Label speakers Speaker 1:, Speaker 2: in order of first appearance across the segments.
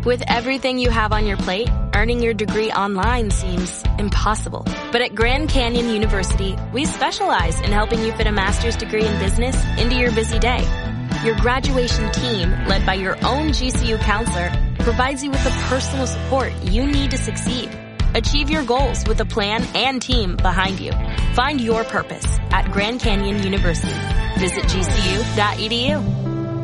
Speaker 1: With everything you have on your plate, earning your degree online seems impossible. But at Grand Canyon University, we specialize in helping you fit a master's degree in business into your busy day. Your graduation team, led by your own GCU counselor, provides you with the personal support you need to succeed. Achieve your goals with a plan and team behind you. Find your purpose at Grand Canyon University. Visit gcu.edu.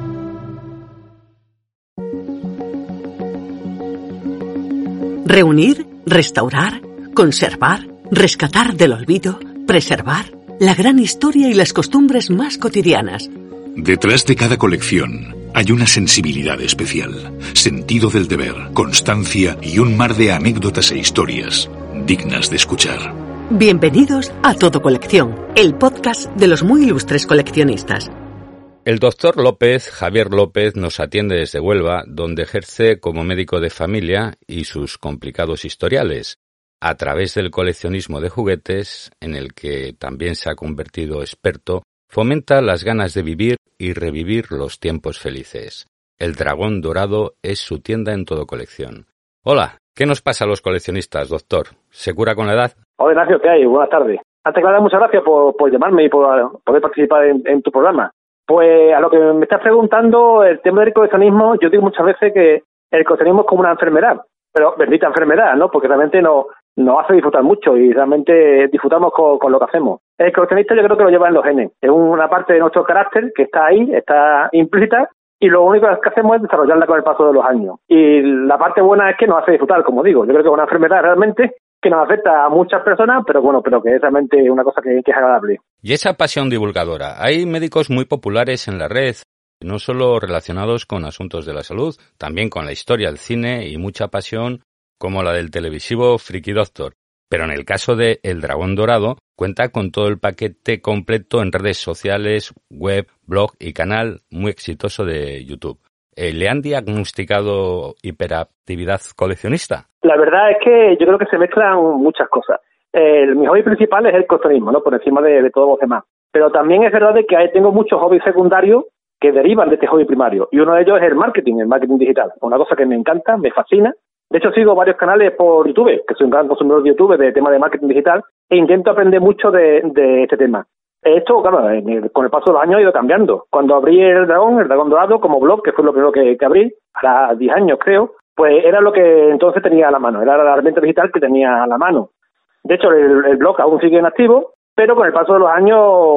Speaker 2: Reunir, restaurar, conservar, rescatar del olvido, preservar, la gran historia y las costumbres más cotidianas.
Speaker 3: Detrás de cada colección hay una sensibilidad especial, sentido del deber, constancia y un mar de anécdotas e historias dignas de escuchar.
Speaker 2: Bienvenidos a Todo Colección, el podcast de los muy ilustres coleccionistas.
Speaker 4: El doctor López, Javier López, nos atiende desde Huelva, donde ejerce como médico de familia y sus complicados historiales, a través del coleccionismo de juguetes, en el que también se ha convertido experto, fomenta las ganas de vivir y revivir los tiempos felices. El Dragón Dorado es su tienda en Todo Colección. Hola, ¿qué nos pasa a los coleccionistas, doctor? ¿Se cura con la edad?
Speaker 5: Hola Ignacio, ¿qué hay? Buenas tardes. Antes que nada, muchas gracias por llamarme y por poder participar en tu programa. Pues a lo que me estás preguntando, el tema del coleccionismo, yo digo muchas veces que el coleccionismo es como una enfermedad, pero bendita enfermedad, ¿no? Porque realmente nos hace disfrutar mucho y realmente disfrutamos con lo que hacemos. El coleccionista yo creo que lo lleva en los genes. Es una parte de nuestro carácter que está ahí, está implícita, y lo único que hacemos es desarrollarla con el paso de los años. Y la parte buena es que nos hace disfrutar, como digo. Yo creo que es una enfermedad realmente que nos afecta a muchas personas, pero que es realmente una cosa que es agradable.
Speaker 4: Y esa pasión divulgadora. Hay médicos muy populares en la red, no solo relacionados con asuntos de la salud, también con la historia del cine y mucha pasión, como la del televisivo Friki Doctor. Pero en el caso de El Dragón Dorado, cuenta con todo el paquete completo en redes sociales, web, blog y canal muy exitoso de YouTube. ¿Le han diagnosticado hiperactividad coleccionista?
Speaker 5: La verdad es que yo creo que se mezclan muchas cosas. Mi hobby principal es el coleccionismo, ¿no? Por encima de todos los demás. Pero también es verdad de que tengo muchos hobbies secundarios que derivan de este hobby primario. Y uno de ellos es el marketing digital. Una cosa que me encanta, me fascina. De hecho, sigo varios canales por YouTube, que soy un gran consumidor de YouTube de temas de marketing digital, e intento aprender mucho de este tema. Esto, claro, con el paso de los años ha ido cambiando. Cuando abrí el Dragón Dorado como blog, que fue lo primero que abrí, hará 10 años creo, pues era lo que entonces tenía a la mano, era la herramienta digital que tenía a la mano. De hecho, el blog aún sigue en activo, pero con el paso de los años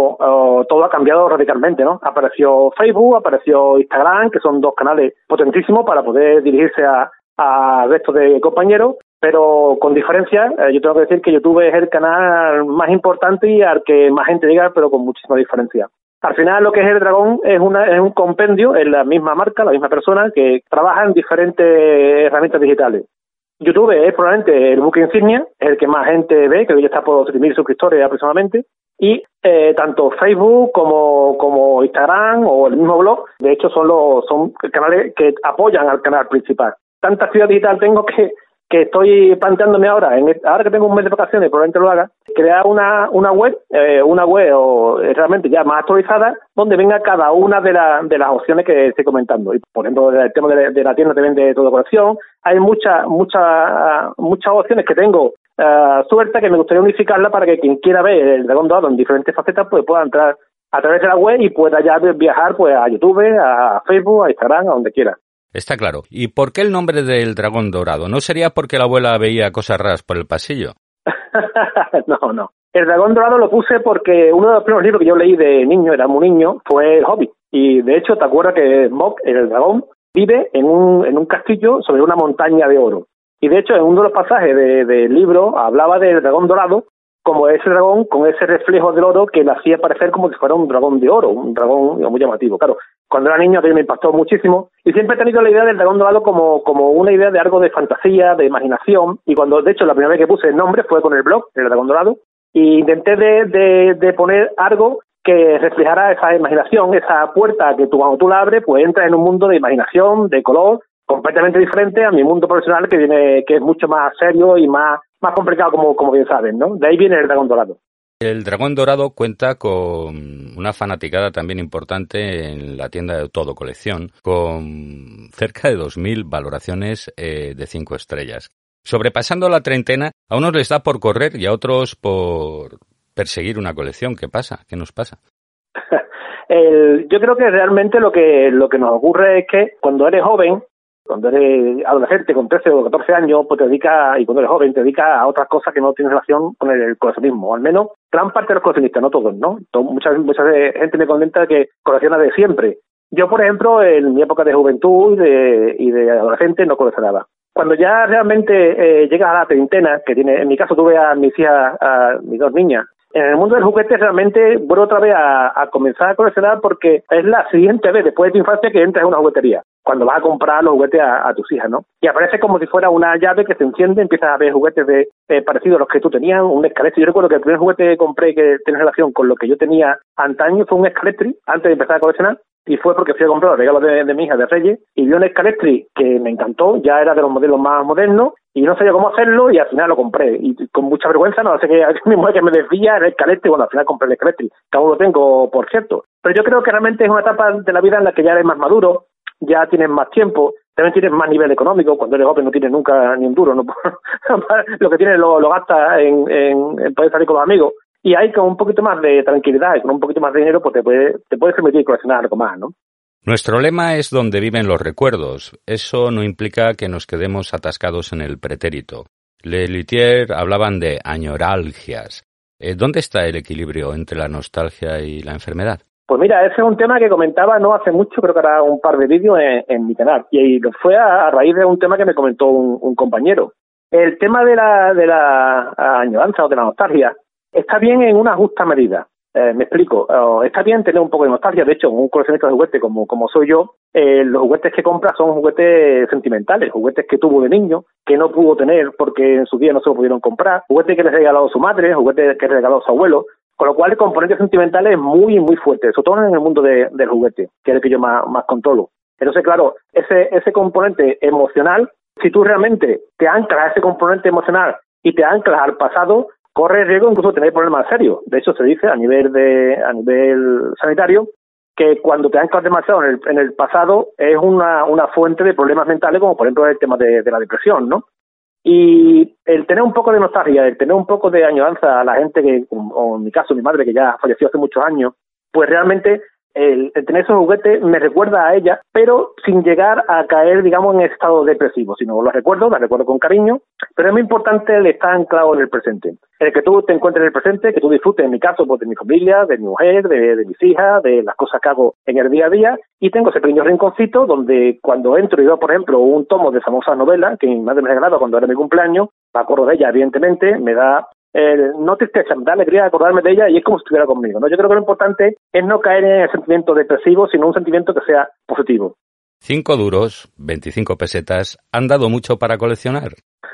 Speaker 5: todo ha cambiado radicalmente, ¿no? Apareció Facebook, apareció Instagram, que son dos canales potentísimos para poder dirigirse a resto de compañeros, pero con diferencia. Yo tengo que decir que YouTube es el canal más importante y al que más gente llega, pero con muchísima diferencia. Al final, lo que es el Dragón es un compendio, es la misma marca, la misma persona que trabaja en diferentes herramientas digitales. YouTube es probablemente el buque insignia, es el que más gente ve, que hoy está por 3.000 suscriptores aproximadamente, y tanto Facebook como Instagram o el mismo blog, de hecho son canales que apoyan al canal principal. Tanta actividad digital tengo que estoy planteándome ahora que tengo un mes de vacaciones, probablemente lo haga, crear una web realmente ya más actualizada, donde venga cada una de las opciones que estoy comentando. Y por ejemplo, el tema de la tienda también de Todo Colección, hay muchas opciones que tengo sueltas que me gustaría unificarla para que quien quiera ver el Dragón Dorado en diferentes facetas pues pueda entrar a través de la web y pueda ya viajar pues a YouTube, a Facebook, a Instagram, a donde quiera.
Speaker 4: Está claro. ¿Y por qué el nombre del Dragón Dorado? ¿No sería porque la abuela veía cosas raras por el pasillo?
Speaker 5: No. El Dragón Dorado lo puse porque uno de los primeros libros que yo leí de niño, era muy niño, fue El Hobbit. Y de hecho, ¿te acuerdas que Smaug, el dragón, vive en un castillo sobre una montaña de oro? Y de hecho, en uno de los pasajes del libro hablaba del Dragón Dorado como ese dragón con ese reflejo del oro que le hacía parecer como si fuera un dragón de oro, un dragón muy llamativo. Claro, cuando era niño aquello me impactó muchísimo y siempre he tenido la idea del Dragón Dorado como una idea de algo de fantasía, de imaginación, y cuando de hecho la primera vez que puse el nombre fue con el blog, el Dragón Dorado, y intenté de poner algo que reflejara esa imaginación, esa puerta que cuando tú la abres pues entras en un mundo de imaginación, de color, completamente diferente a mi mundo profesional que es mucho más serio y más complicado como bien saben, ¿no? De ahí viene el Dragón Dorado.
Speaker 4: El Dragón Dorado cuenta con una fanaticada también importante en la tienda de Todo Colección, con cerca de 2.000 valoraciones de 5 estrellas. Sobrepasando la treintena, a unos les da por correr y a otros por perseguir una colección. ¿Qué pasa? ¿Qué nos pasa?
Speaker 5: Yo creo que realmente lo que nos ocurre es que cuando eres joven, cuando eres adolescente con 13 o 14 años, pues te dedicas, y cuando eres joven te dedicas a otras cosas que no tienen relación con el coleccionismo, o al menos gran parte de los coleccionistas, no todos, ¿no? Mucha gente me comenta que colecciona de siempre. Yo, por ejemplo, en mi época de juventud y de adolescente no coleccionaba. Cuando ya realmente llegas a la treintena, que tiene, en mi caso tuve a mis hijas, a mis 2 niñas, en el mundo del juguete realmente vuelvo otra vez a comenzar a coleccionar porque es la siguiente vez después de tu infancia que entras en una juguetería, cuando vas a comprar los juguetes a tus hijas, ¿no? Y aparece como si fuera una llave que se enciende, empiezas a ver juguetes parecidos a los que tú tenías, un Scalextric. Yo recuerdo que el primer juguete que compré que tiene relación con lo que yo tenía antaño fue un Scalextric, antes de empezar a coleccionar, y fue porque fui a comprar los regalos de mi hija de Reyes, y vi un Scalextric que me encantó, ya era de los modelos más modernos, y no sabía cómo hacerlo, y al final lo compré, y con mucha vergüenza, no sé qué, mi mujer que me desvía el Scalextric, bueno, al final compré el Scalextric, que aún lo tengo, por cierto. Pero yo creo que realmente es una etapa de la vida en la que ya eres más maduro, ya tienes más tiempo, también tienes más nivel económico. Cuando eres joven no tienes nunca ni un duro, ¿no? Lo que tienes lo gastas en poder salir con los amigos, y ahí con un poquito más de tranquilidad y con un poquito más de dinero pues te puedes permitir coleccionar algo más, ¿no?
Speaker 4: Nuestro lema es donde viven los recuerdos. Eso no implica que nos quedemos atascados en el pretérito. Le Luthier hablaban de añoralgias. ¿Dónde está el equilibrio entre la nostalgia y la enfermedad?
Speaker 5: Pues mira, ese es un tema que comentaba no hace mucho, creo que era un par de vídeos en mi canal, y fue a raíz de un tema que me comentó un compañero. El tema de la añoranza o de la nostalgia está bien en una justa medida. Me explico. Está bien tener un poco de nostalgia. De hecho, un coleccionista de juguetes como soy yo, los juguetes que compra son juguetes sentimentales, juguetes que tuvo de niño, que no pudo tener porque en su día no se lo pudieron comprar, juguetes que les regaló su madre, juguetes que les regaló su abuelo, con lo cual el componente sentimental es muy, muy fuerte, sobre todo en el mundo del juguete, que es el que yo más controlo. Entonces, claro, ese componente emocional, si tú realmente te anclas a ese componente emocional y te anclas al pasado, corre el riesgo incluso de tener problemas serios. De hecho, se dice a nivel sanitario que cuando te anclas demasiado en el pasado es una fuente de problemas mentales, como por ejemplo el tema de la depresión, ¿no? Y el tener un poco de nostalgia, el tener un poco de añoranza a la gente que, o en mi caso mi madre que ya falleció hace muchos años, pues realmente el tener esos juguetes me recuerda a ella, pero sin llegar a caer, digamos, en estado depresivo, sino la recuerdo con cariño, pero es muy importante el estar anclado en el presente. El que tú te encuentres en el presente, que tú disfrutes, en mi caso, pues de mi familia, de mi mujer, de mis hijas, de las cosas que hago en el día a día, y tengo ese pequeño rinconcito donde cuando entro y veo, por ejemplo, un tomo de famosas novelas que mi madre me regalaba cuando era mi cumpleaños, me acuerdo de ella, evidentemente, me da no tristeza, me da alegría acordarme de ella y es como si estuviera conmigo, ¿no? Yo creo que lo importante es no caer en el sentimiento depresivo, sino un sentimiento que sea positivo.
Speaker 4: 5 duros, 25 pesetas, ¿han dado mucho para coleccionar?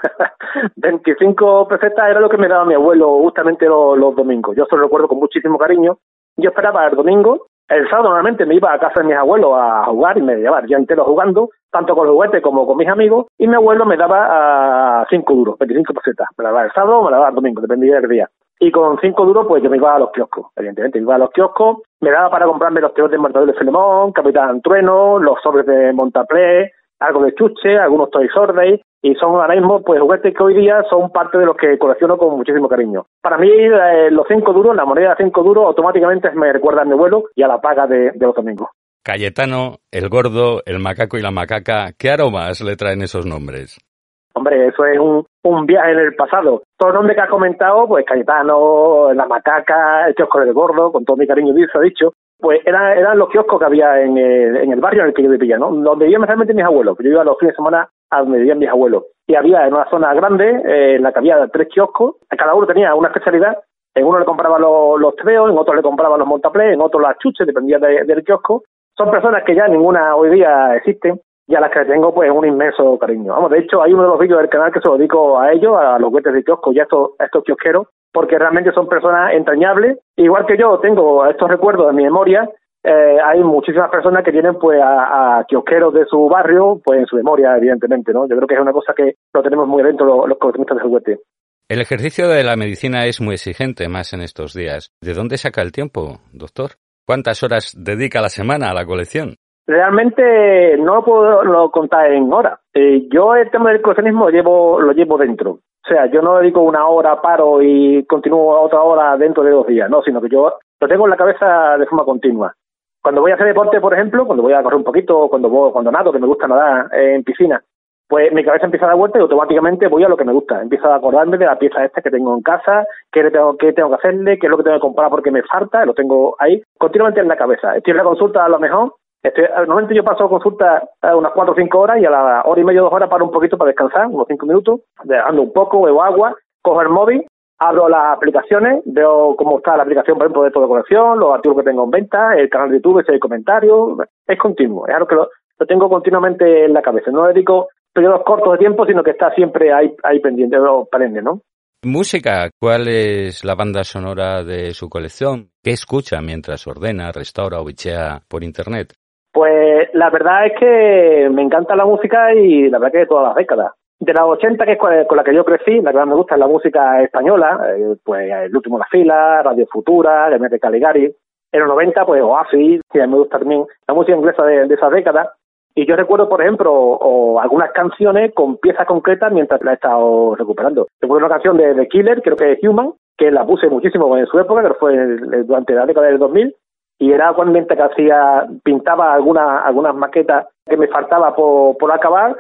Speaker 5: 25 pesetas era lo que me daba mi abuelo justamente los domingos. Yo se lo recuerdo con muchísimo cariño. Yo esperaba el domingo. El sábado normalmente me iba a casa de mis abuelos a jugar y me llevaba el día entero jugando, tanto con los juguetes como con mis amigos, y mi abuelo me daba 5 duros, 25 pesetas. Me la daba el sábado o me la daba el domingo, dependía del día. Y con 5 duros, pues yo me iba a los kioscos, evidentemente. Me iba a los kioscos, me daba para comprarme los teos de Matador de Filemón, Capitán Trueno, los sobres de Montaplé, algo de Chuche, algunos Toy Story, y son ahora mismo pues juguetes que hoy día son parte de los que colecciono con muchísimo cariño. Para mí los 5 duros, la moneda de 5 duros automáticamente me recuerda a mi abuelo y a la paga de los domingos.
Speaker 4: Cayetano, el gordo, el macaco y la macaca, ¿qué aromas le traen esos nombres?
Speaker 5: Hombre, eso es un viaje en el pasado. Todos los nombres que has comentado, pues Cayetano, la macaca, el kiosco del gordo, con todo mi cariño dicho, pues eran los kioscos que había en el barrio en el que yo vivía, ¿no? Donde vivían realmente mis abuelos. Yo iba los fines de semana a donde vivían mis abuelos. Y había en una zona grande, en la que había 3 kioscos, cada uno tenía una especialidad. En uno le compraba los treos, en otro le compraba los montaplés, en otro las chuches, dependía del kiosco. Son personas que ya ninguna hoy día existen y a las que tengo pues un inmenso cariño. Vamos, de hecho hay uno de los vídeos del canal que se lo dedico a ellos, a los juguetes de kiosco y a estos kiosqueros, porque realmente son personas entrañables. Igual que yo tengo estos recuerdos en mi memoria, hay muchísimas personas que tienen pues a kiosqueros de su barrio pues en su memoria, evidentemente, ¿no? Yo creo que es una cosa que lo tenemos muy adentro los coleccionistas de juguetes.
Speaker 4: El ejercicio de la medicina es muy exigente, más en estos días. ¿De dónde saca el tiempo, doctor? ¿Cuántas horas dedica a la semana a la colección?
Speaker 5: Realmente no lo puedo contar en horas. Yo el tema del coleccionismo lo llevo dentro. O sea, yo no dedico una hora, paro y continúo otra hora dentro de 2 días, no, sino que yo lo tengo en la cabeza de forma continua. Cuando voy a hacer deporte, por ejemplo, cuando voy a correr un poquito, cuando nado, que me gusta nadar en piscina, pues mi cabeza empieza a dar vuelta y automáticamente voy a lo que me gusta. Empiezo a acordarme de la pieza esta que tengo en casa, qué tengo que hacerle, qué es lo que tengo que comprar porque me falta, lo tengo ahí continuamente en la cabeza. Estoy en la consulta a lo mejor, normalmente yo paso consulta unas 4 o 5 horas y a la hora y media, 2 horas paro un poquito para descansar, unos 5 minutos, ando un poco, bebo agua, cojo el móvil, abro las aplicaciones, veo cómo está la aplicación, por ejemplo, de todo de colección, los artículos que tengo en venta, el canal de YouTube, ese comentarios, es continuo, es algo que lo tengo continuamente en la cabeza. No dedico periodos cortos de tiempo, sino que está siempre ahí pendiente, perenne, ¿no?
Speaker 4: Música, ¿cuál es la banda sonora de su colección? ¿Qué escucha mientras ordena, restaura o bichea por internet?
Speaker 5: Pues la verdad es que me encanta la música y la verdad que de todas las décadas. De las 80, que es con la que yo crecí, la que más me gusta es la música española, pues El último de la fila, Radio Futura, el de Caligari. En los 90, pues Oasis, que me gusta también la música inglesa de esas décadas. Y yo recuerdo, por ejemplo, algunas canciones con piezas concretas mientras la he estado recuperando. Recuerdo una canción de The Killer, creo que es Human, que la puse muchísimo en su época, que fue durante la década del 2000, y era cuando mientras que pintaba algunas maquetas que me faltaba por acabar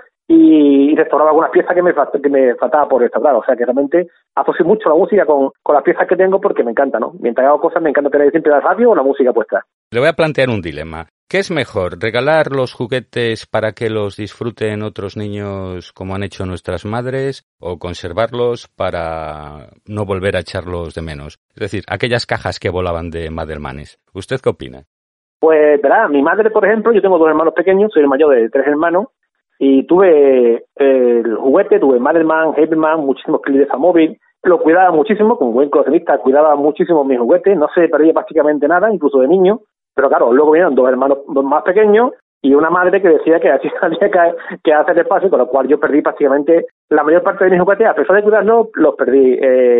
Speaker 5: y restauraba algunas piezas que me faltaba por restaurar. O sea que realmente asocio mucho la música con las piezas que tengo porque me encanta, ¿no? Mientras hago cosas me encanta tener siempre la radio o la música puesta.
Speaker 4: Le voy a plantear un dilema. ¿Qué es mejor, regalar los juguetes para que los disfruten otros niños como han hecho nuestras madres o conservarlos para no volver a echarlos de menos? Es decir, aquellas cajas que volaban de Madelmanes. ¿Usted qué opina?
Speaker 5: Pues verá, mi madre, por ejemplo, yo tengo 2 hermanos pequeños, soy el mayor de 3 hermanos, y tuve el juguete, tuve Madelman, Heberman, muchísimos clips de Famóvil, lo cuidaba muchísimo, como buen coleccionista, cuidaba muchísimo mis juguetes, no se perdía prácticamente nada, incluso de niño. Pero claro, luego vinieron 2 hermanos más pequeños y una madre que decía que había que hacer espacio, con lo cual yo perdí prácticamente la mayor parte de mis juguetes, a pesar de cuidarlos, los perdí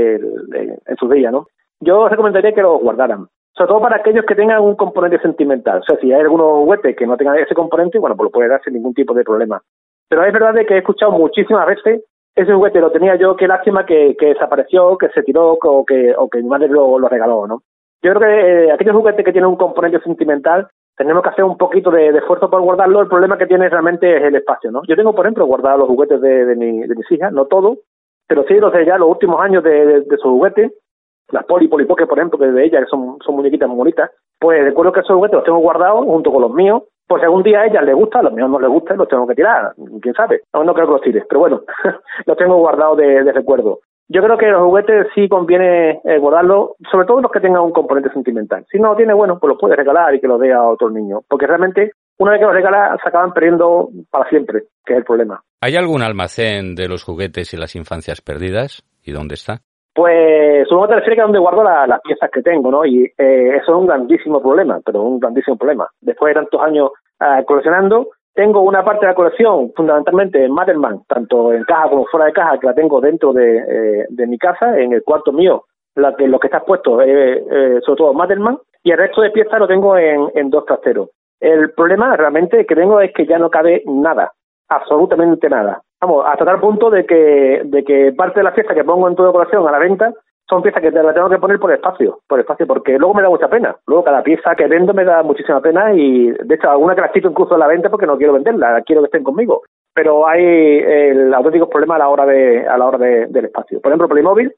Speaker 5: en sus días, ¿no? Yo recomendaría que los guardaran, sobre todo para aquellos que tengan un componente sentimental. O sea, si hay algunos juguetes que no tengan ese componente, bueno, pues lo puede dar sin ningún tipo de problema. Pero es verdad de que he escuchado muchísimas veces, ese juguete lo tenía yo, qué lástima que desapareció, que se tiró o que mi madre lo regaló, ¿no? Yo creo que aquellos juguetes que tienen un componente sentimental tenemos que hacer un poquito de esfuerzo por guardarlo. El problema que tiene realmente es el espacio, ¿no? Yo tengo, por ejemplo, guardados los juguetes de mis hijas, no todos, pero sí los de ya los últimos años de sus juguetes, las Polipoque, por ejemplo, que de ellas, que son muñequitas muy bonitas, pues recuerdo que esos juguetes los tengo guardados junto con los míos, por si algún día a ellas les gusta, a los míos no les gusta, los tengo que tirar, quién sabe, no creo que los tires, pero bueno, los tengo guardados de recuerdo. Yo creo que los juguetes sí conviene guardarlos, sobre todo los que tengan un componente sentimental. Si no lo tiene, bueno, pues los puedes regalar y que los dé a otro niño. Porque realmente, una vez que los regalas, se acaban perdiendo para siempre, que es el problema.
Speaker 4: ¿Hay algún almacén de los juguetes y las infancias perdidas? ¿Y dónde está?
Speaker 5: Pues supongo que te refieres a donde guardo las piezas que tengo, ¿no? Y eso es un grandísimo problema, pero un grandísimo problema. Después de tantos años coleccionando, tengo una parte de la colección, fundamentalmente en Madelman, tanto en caja como fuera de caja, que la tengo dentro de mi casa, en el cuarto mío, lo que está expuesto, sobre todo Madelman, y el resto de piezas lo tengo en 2 trasteros. El problema realmente que tengo es que ya no cabe nada, absolutamente nada. Vamos, hasta tal punto de que parte de las piezas que pongo en toda colección a la venta son piezas que las tengo que poner por espacio, porque luego me da mucha pena. Luego cada pieza que vendo me da muchísima pena y, de hecho, alguna que las quito incluso a la venta porque no quiero venderla, quiero que estén conmigo. Pero hay auténticos problemas a la hora del espacio. Por ejemplo, Playmobil,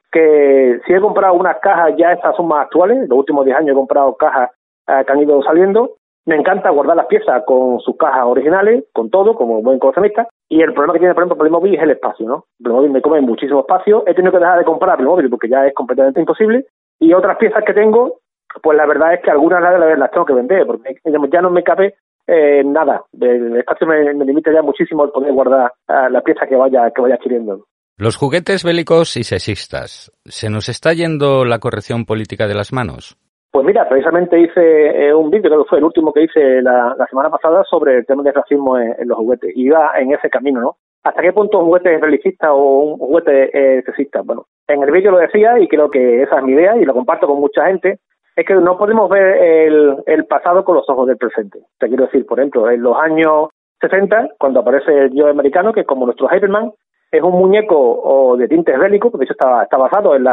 Speaker 5: que si he comprado unas cajas, ya estas son más actuales, los últimos 10 años he comprado cajas que han ido saliendo. Me encanta guardar las piezas con sus cajas originales, con todo, como buen coleccionista. Y el problema que tiene, por ejemplo, Playmobil es el espacio, ¿no? Playmobil me come muchísimo espacio. He tenido que dejar de comprar Playmobil porque ya es completamente imposible. Y otras piezas que tengo, pues la verdad es que algunas las tengo que vender porque ya no me cabe nada. El espacio me limita ya muchísimo el poder guardar las piezas que vaya adquiriendo.
Speaker 4: Los juguetes bélicos y sexistas. ¿Se nos está yendo la corrección política de las manos?
Speaker 5: Pues mira, precisamente hice un vídeo, creo que fue el último que hice la semana pasada, sobre el tema del racismo en los juguetes. Y iba en ese camino, ¿no? ¿hasta qué punto un juguete es relicista o un juguete es sexista? Bueno, en el vídeo lo decía y creo que esa es mi idea y lo comparto con mucha gente, es que no podemos ver el pasado con los ojos del presente. Te quiero decir, por ejemplo, en los años 60, cuando aparece el yo americano, que es como nuestro Iron, es un muñeco de tintes bélicos, de hecho está basado en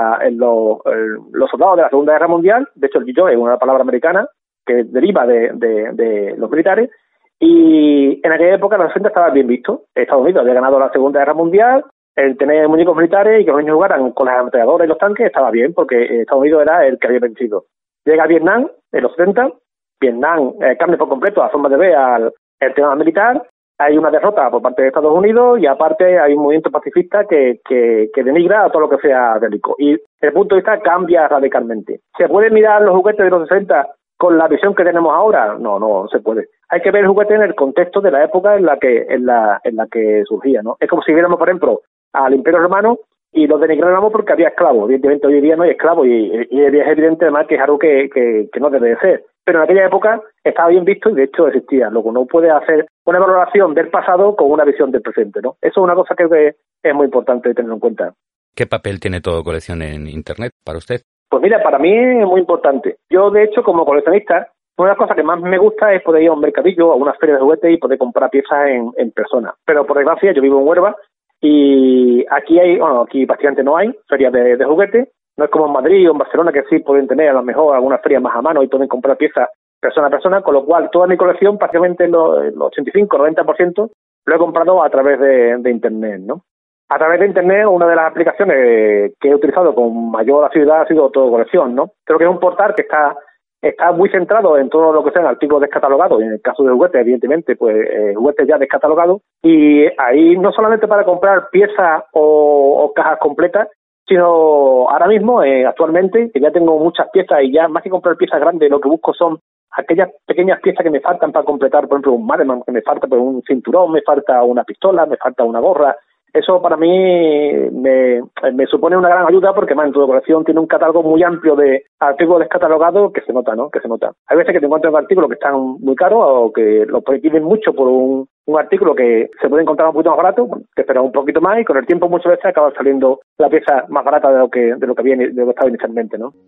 Speaker 5: los soldados de la Segunda Guerra Mundial. De hecho, el yo es una palabra americana que deriva de los militares, y en aquella época los 60 estaba bien visto. Estados Unidos había ganado la Segunda Guerra Mundial, el tener muñecos militares y que los niños jugaran con las ametralladoras y los tanques estaba bien, porque Estados Unidos era el que había vencido. Llega Vietnam en los 70, Vietnam cambia por completo la forma de ver el tema militar, hay una derrota por parte de Estados Unidos y aparte hay un movimiento pacifista que denigra a todo lo que sea bélico. Y el punto de vista cambia radicalmente. ¿Se puede mirar los juguetes de los 60 con la visión que tenemos ahora? No se puede. Hay que ver el juguete en el contexto de la época en la que surgía, ¿no? Es como si viéramos, por ejemplo, al Imperio Romano y lo denigráramos porque había esclavos. Evidentemente hoy en día no hay esclavos y es evidente además que es algo que no debe de ser. Pero en aquella época estaba bien visto y de hecho existía. Luego no puede hacer una valoración del pasado con una visión del presente, ¿no? Eso es una cosa que es muy importante tener en cuenta.
Speaker 4: ¿Qué papel tiene Todo Colección en Internet para usted?
Speaker 5: Pues mira, para mí es muy importante. Yo, de hecho, como coleccionista, una de las cosas que más me gusta es poder ir a un mercadillo, a una feria de juguetes y poder comprar piezas en persona. Pero por desgracia, yo vivo en Huelva y aquí prácticamente no hay ferias de juguetes. No es como en Madrid o en Barcelona, que sí pueden tener a lo mejor algunas ferias más a mano y pueden comprar piezas persona a persona, con lo cual toda mi colección, prácticamente el 85-90%, lo he comprado a través de Internet, ¿no? A través de Internet, una de las aplicaciones que he utilizado con mayor asiduidad ha sido Todo Colección, ¿no? Creo que es un portal que está muy centrado en todo lo que sean artículos descatalogados, y en el caso de juguetes, evidentemente, pues juguetes ya descatalogados, y ahí no solamente para comprar piezas o cajas completas, sino ahora mismo, actualmente, que ya tengo muchas piezas y ya más que comprar piezas grandes, lo que busco son aquellas pequeñas piezas que me faltan para completar, por ejemplo, un Marman, que me falta pues, un cinturón, me falta una pistola, me falta una gorra. Eso para mí me supone una gran ayuda porque más en Todo Colección tiene un catálogo muy amplio de artículos descatalogados que se nota, ¿no? Que se nota. Hay veces que te encuentras artículos que están muy caros o que los piden mucho por un artículo que se puede encontrar un poquito más barato, te esperas un poquito más y con el tiempo muchas veces acaba saliendo la pieza más barata de lo que estaba inicialmente, ¿no?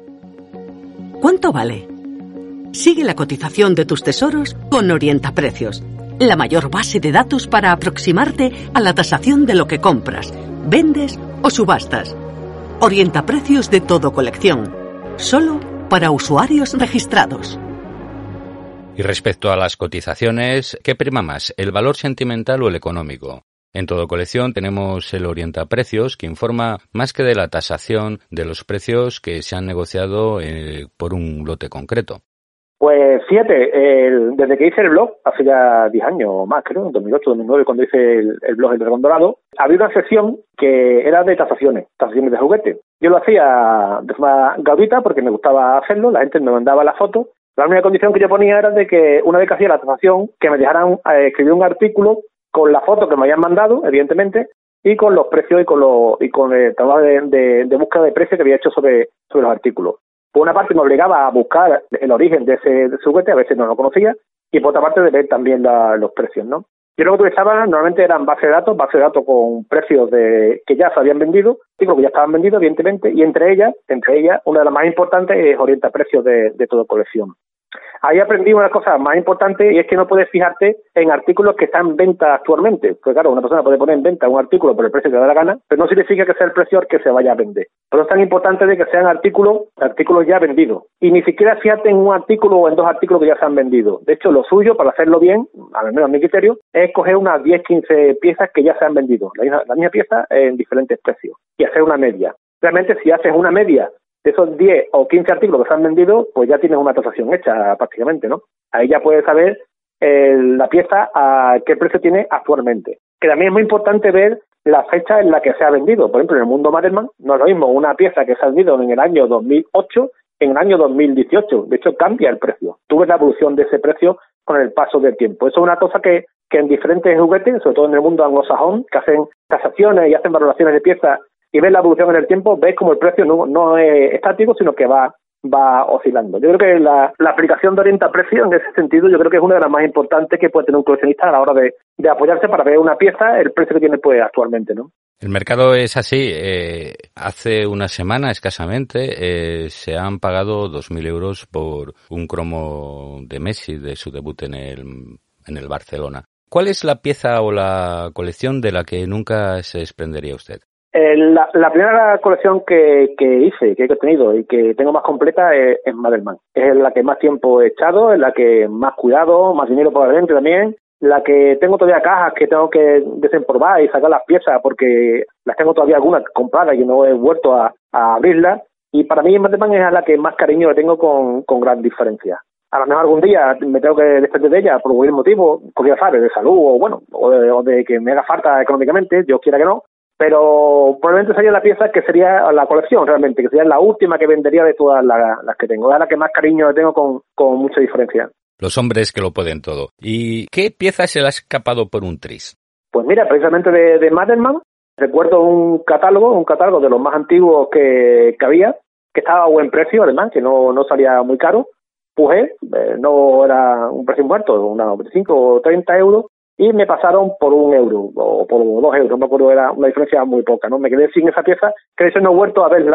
Speaker 2: ¿Cuánto vale? Sigue la cotización de tus tesoros con Orientaprecios, la mayor base de datos para aproximarte a la tasación de lo que compras, vendes o subastas. Orientaprecios de Todo Colección, solo para usuarios registrados.
Speaker 4: Y respecto a las cotizaciones, ¿qué prima más, el valor sentimental o el económico? En Todo Colección tenemos el Orientaprecios, que informa más que de la tasación de los precios que se han negociado por un lote concreto.
Speaker 5: Pues fíjate, desde que hice el blog, hace ya 10 años o más, creo, en 2008, 2009, cuando hice el blog El Dragón Dorado, había una sección que era de tasaciones de juguetes. Yo lo hacía de forma gratuita porque me gustaba hacerlo, la gente me mandaba las fotos. La única condición que yo ponía era de que una vez que hacía la tasación, que me dejaran escribir un artículo con la foto que me habían mandado, evidentemente, y con los precios y con el trabajo de búsqueda de precios que había hecho sobre los artículos. Por una parte me obligaba a buscar el origen de ese juguete, a veces no lo conocía, y por otra parte de ver también los precios, ¿no? Yo lo que utilizaba normalmente eran bases de datos con precios que ya se habían vendido, digo que ya estaban vendidos, evidentemente, y entre ellas, una de las más importantes es Orientaprecios de Todo Colección. Ahí aprendí una cosa más importante y es que no puedes fijarte en artículos que están en venta actualmente. Pues claro, una persona puede poner en venta un artículo por el precio que le da la gana, pero no significa que sea el precio al que se vaya a vender. Por eso es tan importante de que sean artículos ya vendidos. Y ni siquiera fíjate en un artículo o en dos artículos que ya se han vendido. De hecho, lo suyo, para hacerlo bien, al menos a mi criterio, es coger unas 10, 15 piezas que ya se han vendido. La misma pieza en diferentes precios. Y hacer una media. Realmente, si haces una media de esos 10 o 15 artículos que se han vendido, pues ya tienes una tasación hecha prácticamente, ¿no? Ahí ya puedes saber la pieza a qué precio tiene actualmente. Que también es muy importante ver la fecha en la que se ha vendido. Por ejemplo, en el mundo Marelman no es lo mismo una pieza que se ha vendido en el año 2008 en el año 2018. De hecho, cambia el precio. Tú ves la evolución de ese precio con el paso del tiempo. Eso es una cosa que en diferentes juguetes, sobre todo en el mundo anglosajón, que hacen tasaciones y hacen valoraciones de piezas y ves la evolución en el tiempo, ves como el precio no es estático, sino que va va oscilando. Yo creo que la aplicación de orientaprecio en ese sentido yo creo que es una de las más importantes que puede tener un coleccionista a la hora de apoyarse para ver una pieza, el precio que tiene pues actualmente, ¿no?
Speaker 4: El mercado es así. Hace una semana escasamente se han pagado 2.000 euros por un cromo de Messi de su debut en el Barcelona. ¿Cuál es la pieza o la colección de la que nunca se desprendería usted?
Speaker 5: La primera colección que hice, que he tenido y que tengo más completa es Madelman. Es la que más tiempo he echado, es la que más cuidado, más dinero probablemente también. La que tengo todavía cajas que tengo que desempolvar y sacar las piezas porque las tengo todavía algunas compradas y no he vuelto a abrirlas. Y para mí Madelman es la que más cariño le tengo con gran diferencia. A lo mejor algún día me tengo que desprender de ella por cualquier motivo, cualquier sabe, de salud o de que me haga falta económicamente, Dios quiera que no. Pero probablemente sería la pieza que sería la colección realmente, que sería la última que vendería de todas las que tengo. Es la que más cariño le tengo con mucha diferencia.
Speaker 4: Los hombres que lo pueden todo. ¿Y qué pieza se le ha escapado por un tris?
Speaker 5: Pues mira, precisamente de Madelman, recuerdo un catálogo de los más antiguos que había, que estaba a buen precio además, que no salía muy caro. Pujé, no era un precio muerto, unos 25 o 30 euros, y me pasaron por 1 euro o por 2 euros, no me acuerdo, era una diferencia muy poca, ¿no? Me quedé sin esa pieza, que de hecho no he vuelto a verla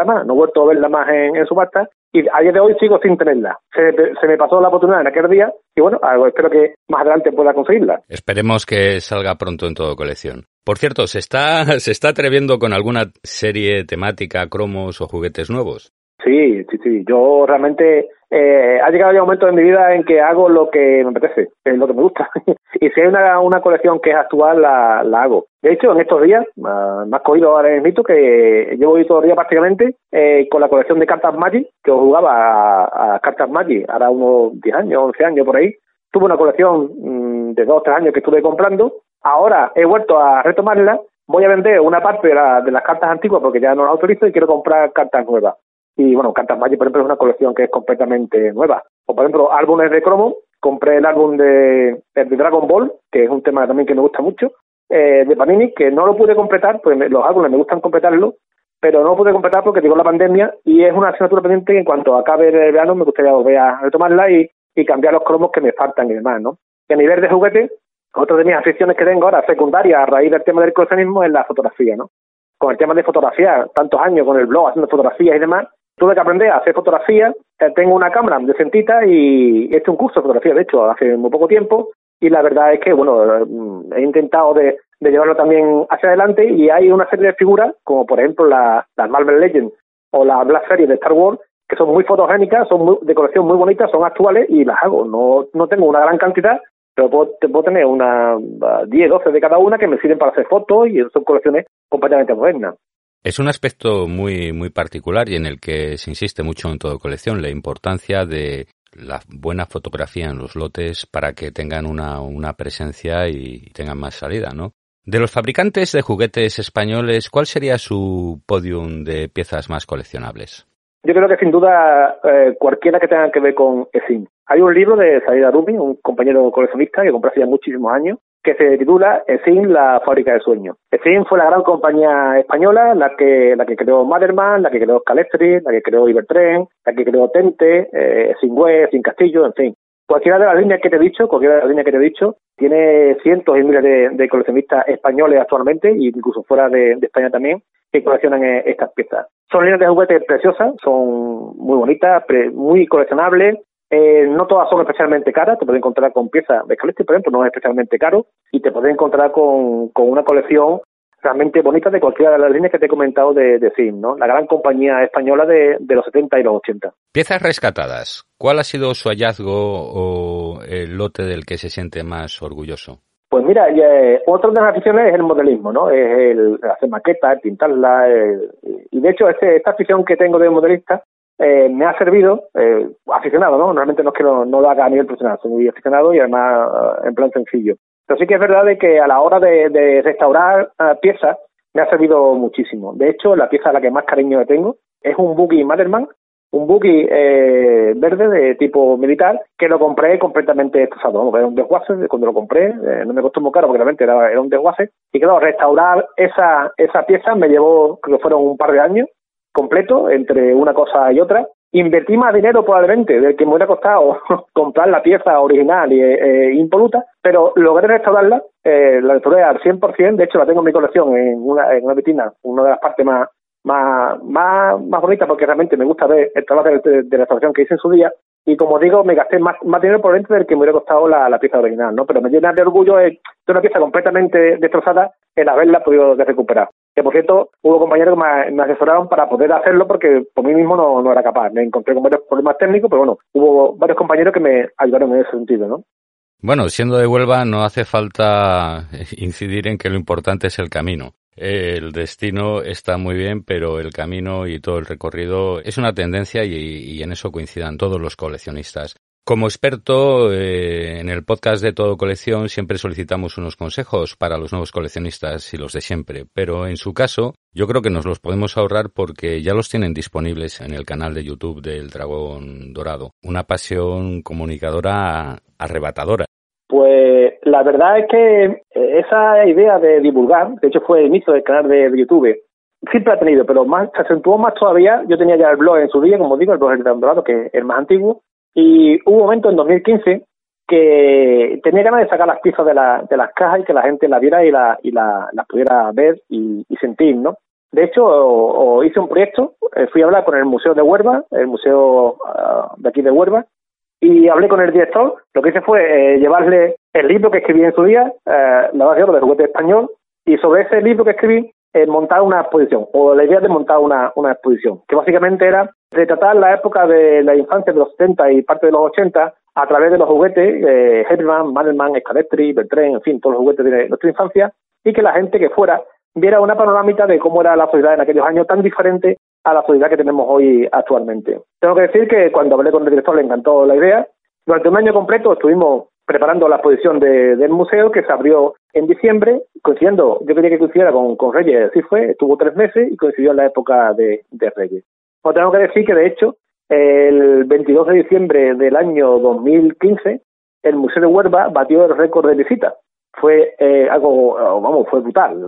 Speaker 5: más en subasta, y a día de hoy sigo sin tenerla. Se me pasó la oportunidad en aquel día, y bueno, espero que más adelante pueda conseguirla.
Speaker 4: Esperemos que salga pronto en todo colección. Por cierto, ¿se está atreviendo con alguna serie temática, cromos o juguetes nuevos?
Speaker 5: Sí. Yo realmente ha llegado ya un momento en mi vida en que hago lo que me apetece, lo que me gusta. Y si hay una colección que es actual, la hago. De hecho, en estos días, me has cogido ahora mismo que llevo hoy todo el día prácticamente con la colección de cartas Magic, que os jugaba a cartas Magic, ahora unos 10 años, 11 años por ahí. Tuve una colección de 2 o 3 años que estuve comprando. Ahora he vuelto a retomarla. Voy a vender una parte de las cartas antiguas porque ya no las autorizo y quiero comprar cartas nuevas. Y bueno, Cartas Magic, por ejemplo, es una colección que es completamente nueva. O por ejemplo, álbumes de cromo. Compré el álbum de Dragon Ball, que es un tema también que me gusta mucho, de Panini, que no lo pude completar, pues los álbumes me gustan completarlo, pero no lo pude completar porque llegó la pandemia y es una asignatura pendiente que en cuanto acabe el verano me gustaría volver a retomarla y cambiar los cromos que me faltan y demás, ¿no? Y a nivel de juguete, otra de mis aficiones que tengo ahora, secundaria, a raíz del tema del coleccionismo, es la fotografía, ¿no? Con el tema de fotografía, tantos años con el blog haciendo fotografías y demás, tuve que aprender a hacer fotografía. Tengo una cámara decentita y he hecho un curso de fotografía, de hecho, hace muy poco tiempo. Y la verdad es que, he intentado de llevarlo también hacia adelante y hay una serie de figuras, como por ejemplo las Marvel Legends o las Black Series de Star Wars, que son muy fotogénicas, son de colección muy bonitas, son actuales y las hago. No tengo una gran cantidad, pero puedo tener unas 10, 12 de cada una que me sirven para hacer fotos y son colecciones completamente modernas.
Speaker 4: Es un aspecto muy, muy particular y en el que se insiste mucho en toda colección, la importancia de la buena fotografía en los lotes para que tengan una presencia y tengan más salida, ¿no? De los fabricantes de juguetes españoles, ¿cuál sería su podium de piezas más coleccionables?
Speaker 5: Yo creo que sin duda cualquiera que tenga que ver con ESIN. Hay un libro de Said Arumi, un compañero coleccionista que compré hace ya muchísimos años, que se titula ESIN, la fábrica de sueños. ESIN fue la gran compañía española, la que creó Madelman, la que creó Scalestri, la que creó Ibertren, la que creó Tente, ESIN Web, ESIN Castillo, en fin. Cualquiera de las líneas que te he dicho, tiene cientos y miles de coleccionistas españoles actualmente, e incluso fuera de España también, que coleccionan estas piezas. Son líneas de juguetes preciosas, son muy bonitas, muy coleccionables. No todas son especialmente caras, te puedes encontrar con piezas de Scalestri, por ejemplo, no es especialmente caro, y te puedes encontrar con una colección realmente bonita de cualquiera de las líneas que te he comentado de SIM, ¿no? La gran compañía española de los 70 y los 80.
Speaker 4: Piezas rescatadas. ¿Cuál ha sido su hallazgo o el lote del que se siente más orgulloso?
Speaker 5: Pues mira, otra de las aficiones es el modelismo, ¿no? Es el hacer maquetas, el pintarlas, y de hecho esta afición que tengo de modelista me ha servido, aficionado, ¿no? Normalmente no es que no lo haga a nivel profesional, soy muy aficionado y además en plan sencillo. Pero sí que es verdad de que a la hora de restaurar piezas me ha servido muchísimo. De hecho, la pieza a la que más cariño le tengo es un buggy Madelman, un buggy verde de tipo militar, que lo compré completamente destrozado. Vamos, era un desguace cuando lo compré, no me costó muy caro porque realmente era un desguace. Y claro, restaurar esa pieza me llevó, creo que fueron un par de años completo entre una cosa y otra. invertí más dinero probablemente del que me hubiera costado comprar la pieza original y impoluta, pero logré restaurarla, la restauré al 100%, de hecho la tengo en mi colección en una vitrina, una de las partes más bonitas, porque realmente me gusta ver el trabajo de restauración que hice en su día, y como digo, me gasté más dinero probablemente del que me hubiera costado la pieza original, ¿no? Pero me llena de orgullo de una pieza completamente destrozada el haberla podido recuperar. Que por cierto, hubo compañeros que me asesoraron para poder hacerlo porque por mí mismo no era capaz. Me encontré con varios problemas técnicos, pero bueno, hubo varios compañeros que me ayudaron en ese sentido, ¿no?
Speaker 4: Bueno, siendo de Huelva no hace falta incidir en que lo importante es el camino. El destino está muy bien, pero el camino y todo el recorrido es una tendencia y en eso coincidan todos los coleccionistas. Como experto, en el podcast de Todo Colección siempre solicitamos unos consejos para los nuevos coleccionistas y los de siempre, pero en su caso yo creo que nos los podemos ahorrar porque ya los tienen disponibles en el canal de YouTube del Dragón Dorado. Una pasión comunicadora arrebatadora.
Speaker 5: Pues la verdad es que esa idea de divulgar, de hecho fue el inicio del canal de YouTube, siempre ha tenido, pero se acentuó más todavía. Yo tenía ya el blog en su día, como digo, el blog del Dragón Dorado, que es el más antiguo, y hubo un momento en 2015 que tenía ganas de sacar las piezas de las cajas y que la gente las viera y las pudiera ver y sentir, ¿no? De hecho, hice un proyecto, fui a hablar con el Museo de Huelva, el museo de aquí de Huelva, y hablé con el director. Lo que hice fue llevarle el libro que escribí en su día, La base de oro del juguete español, y sobre ese libro que escribí, montar una exposición, o la idea de montar una exposición, que básicamente era retratar la época de la infancia de los 70 y parte de los 80 a través de los juguetes, Hepman, Madelman, Scalectri, Beltrán, en fin, todos los juguetes de nuestra infancia, y que la gente que fuera viera una panorámica de cómo era la sociedad en aquellos años tan diferente a la sociedad que tenemos hoy actualmente. Tengo que decir que cuando hablé con el director le encantó la idea. Durante un año completo estuvimos preparando la exposición del museo, que se abrió en diciembre, coincidiendo, yo quería que coincidiera con Reyes, así fue, estuvo 3 meses y coincidió en la época de Reyes. Pues tengo que decir que de hecho, el 22 de diciembre del año 2015, el Museo de Huelva batió el récord de visitas. Fue fue brutal.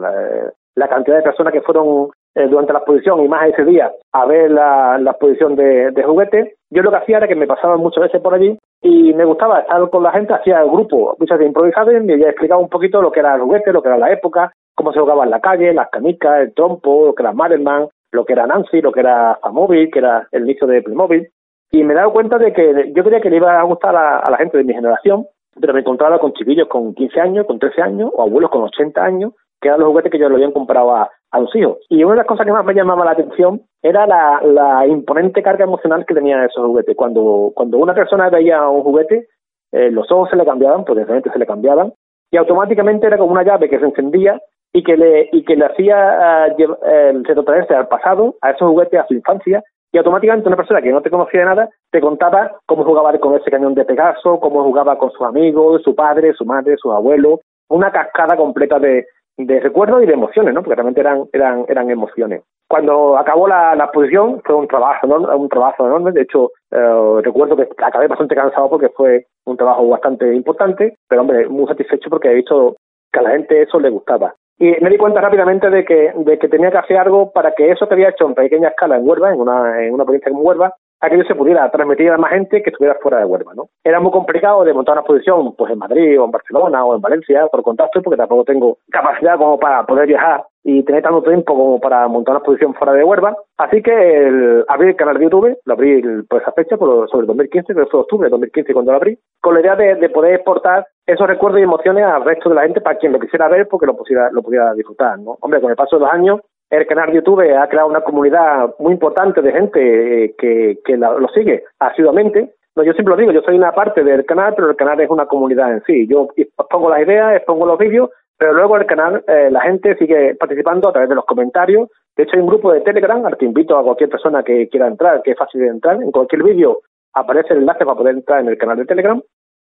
Speaker 5: La cantidad de personas que fueron durante la exposición y más ese día a ver la exposición de juguetes. Yo lo que hacía era que me pasaba muchas veces por allí y me gustaba estar con la gente, hacía el grupo, muchas veces improvisado, y me explicaba un poquito lo que era el juguete, lo que era la época, cómo se jugaba en la calle, las canicas, el trompo, lo que era Madelman, lo que era Nancy, lo que era Famóvil, que era el inicio de Playmobil. Y me he dado cuenta de que yo creía que le iba a gustar a la gente de mi generación, pero me encontraba con chiquillos con 15 años, con 13 años, o abuelos con 80 años, que eran los juguetes que yo le habían comprado a los hijos. Y una de las cosas que más me llamaba la atención era la imponente carga emocional que tenían esos juguetes. Cuando una persona veía un juguete, los ojos se le cambiaban, potencialmente se le cambiaban, y automáticamente era como una llave que se encendía y que le hacía retrotraerse al pasado, a esos juguetes, a su infancia, y automáticamente una persona que no te conocía de nada te contaba cómo jugaba con ese cañón de Pegaso, cómo jugaba con sus amigos, su padre, su madre, sus abuelos, una cascada completa de recuerdos y de emociones, ¿no? Porque realmente eran emociones. Cuando acabó la exposición fue un trabajo enorme. De hecho, recuerdo que acabé bastante cansado porque fue un trabajo bastante importante, pero hombre, muy satisfecho porque he visto que a la gente eso le gustaba. Y me di cuenta rápidamente de que tenía que hacer algo para que eso que había hecho en pequeña escala en Huelva, en una provincia como Huelva, aquello se pudiera transmitir a más gente que estuviera fuera de Huelva, ¿no? Era muy complicado de montar una exposición pues en Madrid o en Barcelona o en Valencia por contacto, porque tampoco tengo capacidad como para poder viajar y tener tanto tiempo como para montar una exposición fuera de Huelva. Así que abrí el canal de YouTube, lo abrí por esa fecha, sobre el 2015, que fue octubre de 2015 cuando lo abrí, con la idea de poder exportar esos recuerdos y emociones al resto de la gente para quien lo quisiera ver, porque lo pudiera disfrutar, ¿no? Hombre, con el paso de los años, el canal de YouTube ha creado una comunidad muy importante de gente que lo sigue asiduamente. No, yo siempre lo digo, yo soy una parte del canal, pero el canal es una comunidad en sí. Yo expongo las ideas, expongo los vídeos, pero luego el canal, la gente sigue participando a través de los comentarios. De hecho, hay un grupo de Telegram al que invito a cualquier persona que quiera entrar, que es fácil de entrar. En cualquier vídeo aparece el enlace para poder entrar en el canal de Telegram.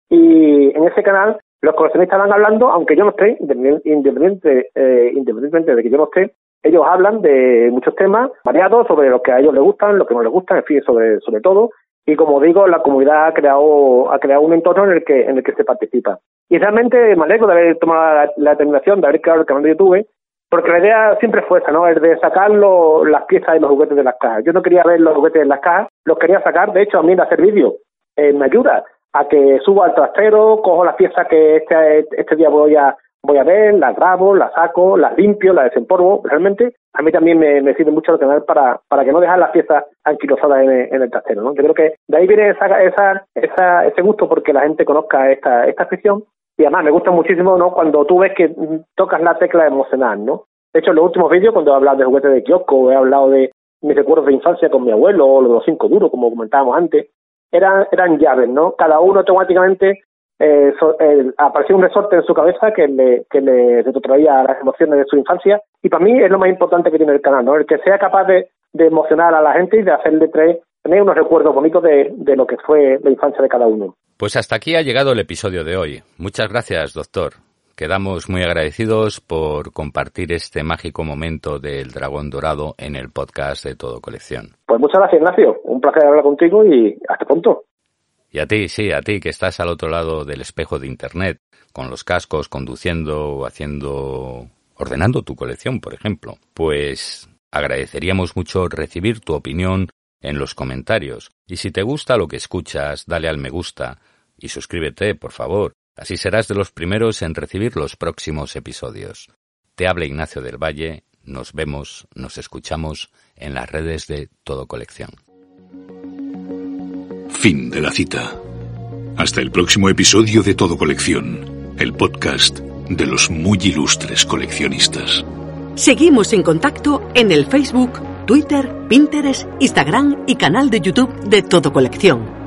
Speaker 5: Y en ese canal los coleccionistas van hablando, aunque yo no esté, independientemente de que yo no esté, ellos hablan de muchos temas variados sobre lo que a ellos les gustan, lo que no les gustan, en fin, sobre todo. Y como digo, la comunidad ha creado un entorno en el que se participa. Y realmente me alegro de haber tomado la determinación de haber creado el canal de YouTube, porque la idea siempre fue esa, ¿no? El de sacar las piezas y los juguetes de las cajas. Yo no quería ver los juguetes en las cajas, los quería sacar. De hecho, a mí el hacer vídeo me ayuda a que suba al trastero, cojo las piezas que este día voy a ver, las grabo, las saco, las limpio, las desempolvo. Realmente a mí también me sirve mucho el canal para que no dejar las piezas anquilosadas en el trastero, ¿no? Yo creo que de ahí viene ese gusto porque la gente conozca esta afición. Y además me gusta muchísimo, ¿no?, cuando tú ves que tocas la tecla emocional, ¿no? De hecho, en los últimos vídeos, cuando he hablado de juguetes de kiosco, he hablado de mis recuerdos de infancia con mi abuelo, o los 5 duros, como comentábamos antes, eran llaves, ¿no? Cada uno automáticamente aparecía un resorte en su cabeza que le retrotraía las emociones de su infancia. Y para mí es lo más importante que tiene el canal, ¿no? El que sea capaz de emocionar a la gente y de hacerle tener unos recuerdos bonitos de lo que fue la infancia de cada uno.
Speaker 4: Pues hasta aquí ha llegado el episodio de hoy. Muchas gracias, doctor. Quedamos muy agradecidos por compartir este mágico momento del dragón dorado en el podcast de Todo Colección.
Speaker 5: Pues muchas gracias, Ignacio. Un placer hablar contigo y hasta pronto.
Speaker 4: Y a ti, sí, a ti que estás al otro lado del espejo de Internet, con los cascos, conduciendo o ordenando tu colección, por ejemplo. Pues agradeceríamos mucho recibir tu opinión en los comentarios. Y si te gusta lo que escuchas, dale al me gusta y suscríbete, por favor. Así serás de los primeros en recibir los próximos episodios. Te habla Ignacio del Valle. Nos vemos, nos escuchamos en las redes de Todo Colección.
Speaker 3: Fin de la cita. Hasta el próximo episodio de Todo Colección, el podcast de los muy ilustres coleccionistas.
Speaker 2: Seguimos en contacto en el Facebook, Twitter, Pinterest, Instagram y canal de YouTube de Todo Colección.